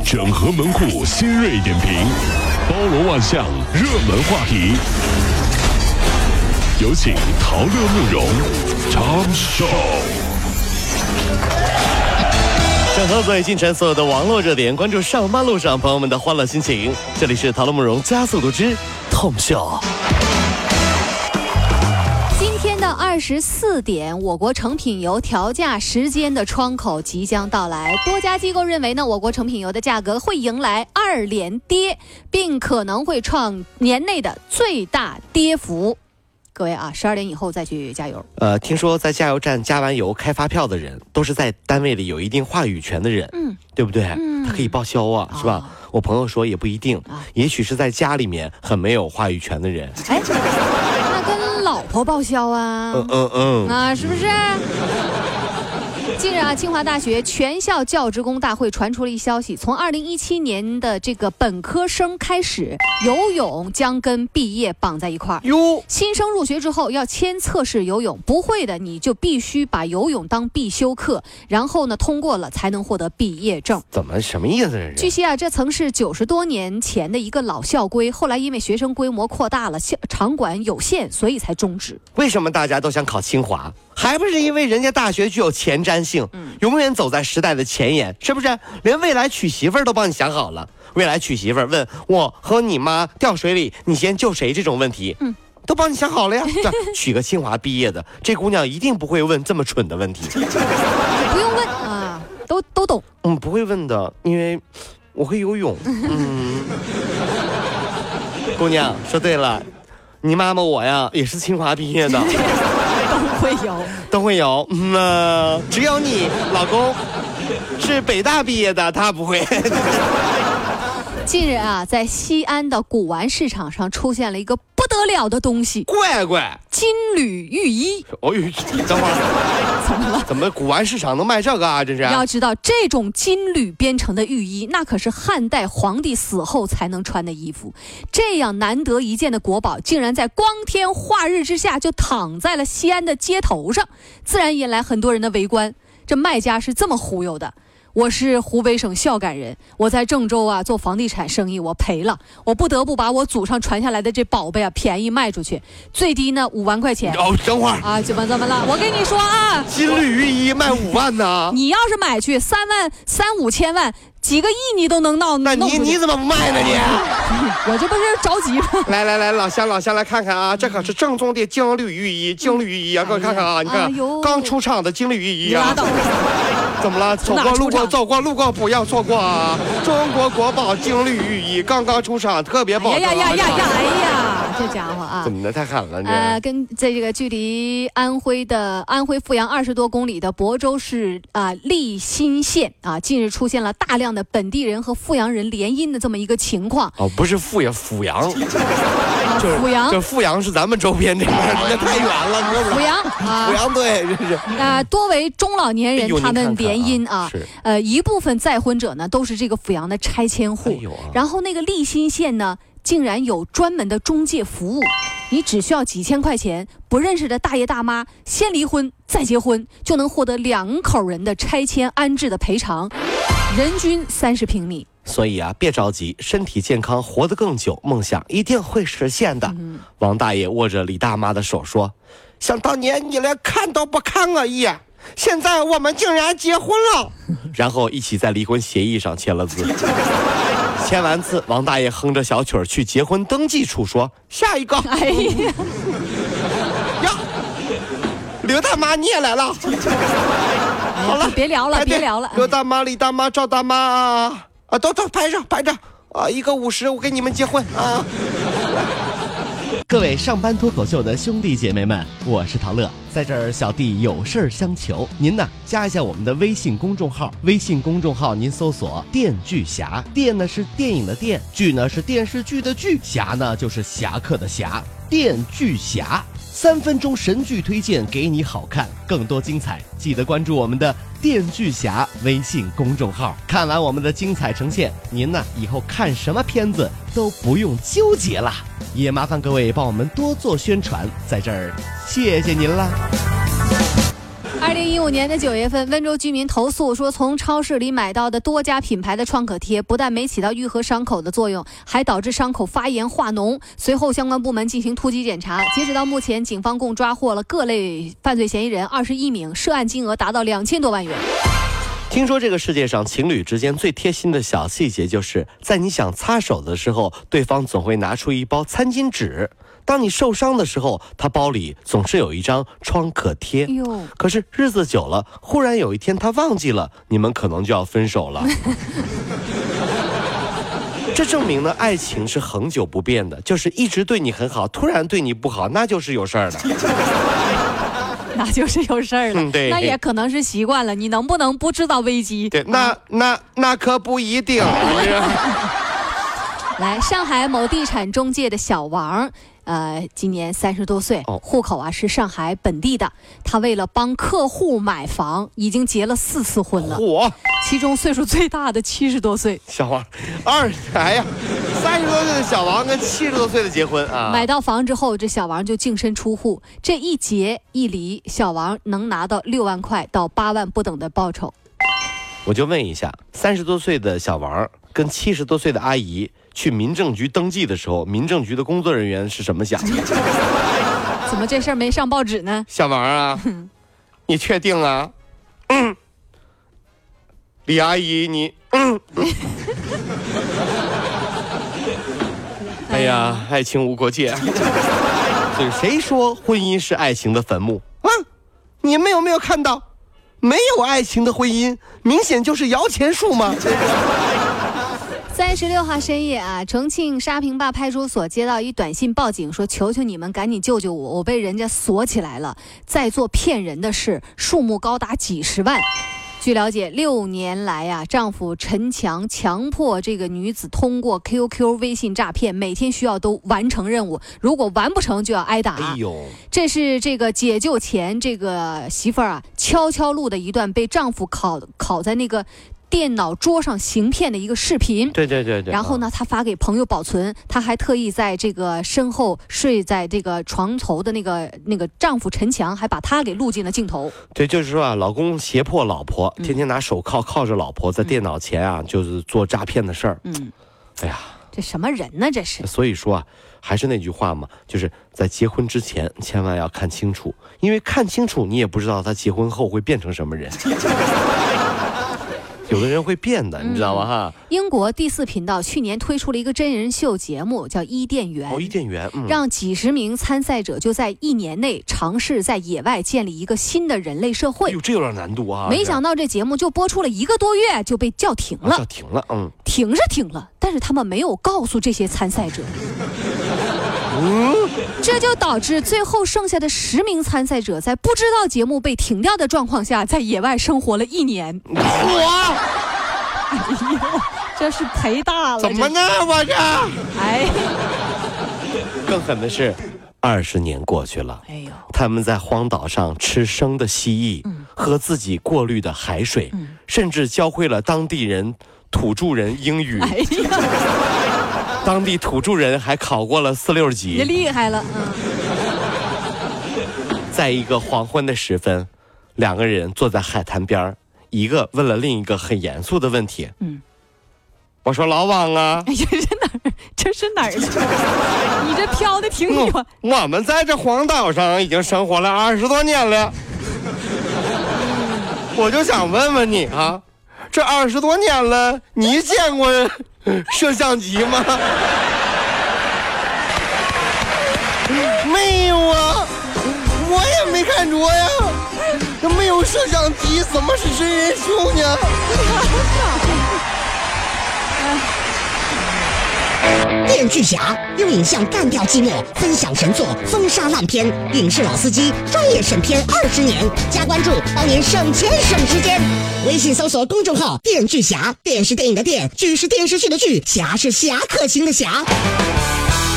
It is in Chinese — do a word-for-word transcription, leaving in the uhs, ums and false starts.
整合门户新锐点评，包罗万象，热门话题。有请陶乐慕容长寿。 整合最近城所有的网络热点，关注上班路上朋友们的欢乐心情。这里是陶乐慕容加速度之痛秀。 今天的二十四点，我国成品油调价时间的窗口即将到来。多家机构认为呢，我国成品油的价格会迎来二连跌，并可能会创年内的最大跌幅。各位啊，十二点以后再去加油。 呃，听说在加油站加完油开发票的人，都是在单位里有一定话语权的人，嗯，对不对？嗯，他可以报销啊，是吧？哦、我朋友说也不一定，啊、也许是在家里面很没有话语权的人。 哎，那跟老婆报销啊？ 嗯嗯嗯， 啊，是不是？近日啊，清华大学全校教职工大会传出了一消息，从二零一七年的这个本科生开始，游泳将跟毕业绑在一块儿。哟，新生入学之后要签测试游泳，不会的你就必须把游泳当必修课，然后呢通过了才能获得毕业证。 怎么什么意思？这据悉啊，这曾是九十多年前的一个老校规，后来因为学生规模扩大了，校场馆有限，所以才终止。 为什么大家都想考清华？还不是因为人家大学具有前瞻性，嗯，永远走在时代的前沿，是不是？连未来娶媳妇儿都帮你想好了。未来娶媳妇儿问我和你妈掉水里，你先救谁这种问题，嗯，都帮你想好了呀。娶个清华毕业的，这姑娘一定不会问这么蠢的问题。 不用问啊，都都懂。 嗯，不会问的，因为我会游泳。嗯，姑娘说对了，你妈妈我呀也是清华毕业的。 都会游， 都会游。嗯、呃，只有你老公是北大毕业的，他不会。 近日啊，在西安的古玩市场上出现了一个不得了的东西， 乖乖， 金缕玉衣。 哦呦，等会儿，怎么了？怎么古玩市场能卖这个啊？这是？ 要知道，这种金缕编成的玉衣，那可是汉代皇帝死后才能穿的衣服。这样难得一见的国宝，竟然在光天化日之下就躺在了西安的街头上，自然引来很多人的围观。这卖家是这么忽悠的。我是湖北省孝感人，我在郑州啊做房地产生意，我赔了，我不得不把我祖上传下来的这宝贝啊便宜卖出去，最低呢五万块钱。 哦，等会儿啊，怎么怎么了？我跟你说啊， 金缕玉衣卖五万呢？ 你要是买去三万三五千万。几个亿你都能闹， 那你你怎么不卖呢你？ 我这不是着急吗？ 来来来，老乡老乡来看看啊，这可是正宗的金缕玉衣，金缕玉衣啊，各位看看啊，你看、哎、刚出厂的金缕玉衣啊。怎么了？走过路过走过路过不要错过啊！中国国宝金缕玉衣刚刚出厂，特别保证。 哎呀呀呀呀！哎呀，这家伙啊， 怎么的？太狠了！ 呃，跟在这个距离安徽的安徽阜阳二十多公里的亳州市啊利辛县啊，近日出现了大量的本地人和阜阳人联姻的这么一个情况。 哦，不是阜阳，阜阳。 就是阜阳， 这阜阳是咱们周边这边，那太远了，你知道吗？ 阜阳啊， 阜阳对，这是。 啊，多为中老年人，他们联姻啊，呃，一部分再婚者呢都是这个阜阳的拆迁户，哎啊、然后那个利辛县呢，竟然有专门的中介服务，你只需要几千块钱，不认识的大爷大妈先离婚再结婚，就能获得两口人的拆迁安置的赔偿，人均三十平米。 所以啊，别着急，身体健康，活得更久，梦想一定会实现的。嗯、王大爷握着李大妈的手说：“想当年你连看都不看我一眼，现在我们竟然结婚了。”然后一起在离婚协议上签了字。签完字，王大爷哼着小曲儿去结婚登记处说：“下一个。”哎呀，呀，刘大妈你也来了。好了， 别聊了，别聊了。 刘大妈、李大妈、赵大妈啊。啊，都都排着排着啊！一个五十，我跟你们结婚啊！各位上班脱口秀的兄弟姐妹们，我是陶乐，在这儿小弟有事儿相求，您呢加一下我们的微信公众号，微信公众号您搜索“电锯侠”，电呢是电影的电，剧呢是电视剧的剧，侠呢就是侠客的侠，电锯侠。三分钟神剧推荐给你好看，更多精彩记得关注我们的电锯侠微信公众号。看完我们的精彩呈现，您呢以后看什么片子都不用纠结了，也麻烦各位帮我们多做宣传，在这儿谢谢您啦。 二零一五年的九月份，温州居民投诉说，从超市里买到的多家品牌的创可贴，不但没起到愈合伤口的作用，还导致伤口发炎化脓。随后，相关部门进行突击检查，截止到目前，警方共抓获了各类犯罪嫌疑人二十一名，涉案金额达到两千多万元。 听说这个世界上情侣之间最贴心的小细节，就是在你想擦手的时候，对方总会拿出一包餐巾纸。当你受伤的时候，他包里总是有一张创可贴。可是日子久了，忽然有一天他忘记了，你们可能就要分手了。这证明呢，爱情是恒久不变的，就是一直对你很好，突然对你不好，那就是有事儿的。 那就是有事儿了、嗯， 对， 那也可能是习惯了。你能不能不制造危机？ 对，那、啊、那那可不一定。 来，上海某地产中介的小王，呃，今年三十多岁，户口啊是上海本地的。他为了帮客户买房，已经结了四次婚了。 嚯！ 其中岁数最大的七十多岁。 小王，二哎呀，三十多岁的小王跟七十多岁的结婚啊！ 买到房之后，这小王就净身出户，这一结一离，小王能拿到六万块到八万不等的报酬。 我就问一下，三十多岁的小王跟七十多岁的阿姨去民政局登记的时候，民政局的工作人员是什么想的？ 怎么这事儿没上报纸呢？ 小王啊，你确定啊？嗯。李阿姨，你嗯。哎呀，爱情无国界。所以谁说婚姻是爱情的坟墓啊？你们有没有看到，没有爱情的婚姻，明显就是摇钱树吗？ 三十六号深夜啊，重庆沙坪坝派出所接到一短信报警，说求求你们赶紧救救我，我被人家锁起来了，在做骗人的事，数目高达几十万。据了解，六年来呀、啊，丈夫陈强强迫这个女子通过 Q Q 微信诈骗，每天需要都完成任务，如果完不成就要挨打。 哎呦， 这是这个解救前这个媳妇儿啊悄悄录的一段被丈夫拷拷在那个电脑桌上行骗的一个视频。 对对对对。 然后呢，他发给朋友保存，他还特意在这个身后睡在这个床头的那个那个丈夫陈强，还把他给录进了镜头。 对，就是说啊，老公胁迫老婆，天天拿手铐铐着老婆，在电脑前啊，就是做诈骗的事儿。嗯，哎呀， 这什么人呢？这是。 所以说啊，还是那句话嘛，就是在结婚之前千万要看清楚，因为看清楚你也不知道他结婚后会变成什么人。有的人会变的，你知道吗？哈、嗯。 英国第四频道去年推出了一个真人秀节目，叫《伊甸园》。 哦，伊甸园，嗯， 让几十名参赛者就在一年内尝试在野外建立一个新的人类社会。 哎呦，这有点难度啊！ 没想到这节目就播出了一个多月就被叫停了。 叫停了，嗯， 停是停了，但是他们没有告诉这些参赛者。嗯，这就导致最后剩下的十名参赛者在不知道节目被停掉的状况下，在野外生活了一年。 哇！ 哎呦，这是赔大了！ 怎么呢？我这…… 哎， 更狠的是，二十年过去了，哎呦，他们在荒岛上吃生的蜥蜴，嗯、喝自己过滤的海水，嗯、甚至教会了当地人土著人英语。哎呀！当地土著人还考过了四六级， 也厉害了。嗯， 在一个黄昏的时分，两个人坐在海滩边，一个问了另一个很严肃的问题。嗯，我说老王啊， 哎呀，这哪儿？这是哪儿去？你这飘的挺远。 我们在这荒岛上已经生活了二十多年了，我就想问问你啊，这二十多年了，你见过摄像机吗？没有啊，我也没看着呀。这没有摄像机，怎么是真人秀呢？ 电锯侠用影像干掉寂寞，分享神作，封杀烂片，影视老司机专业审片二十年，加关注帮您省钱省时间。微信搜索公众号“电锯侠”，电是电影的电，剧是电视剧的剧，侠是侠客行的侠。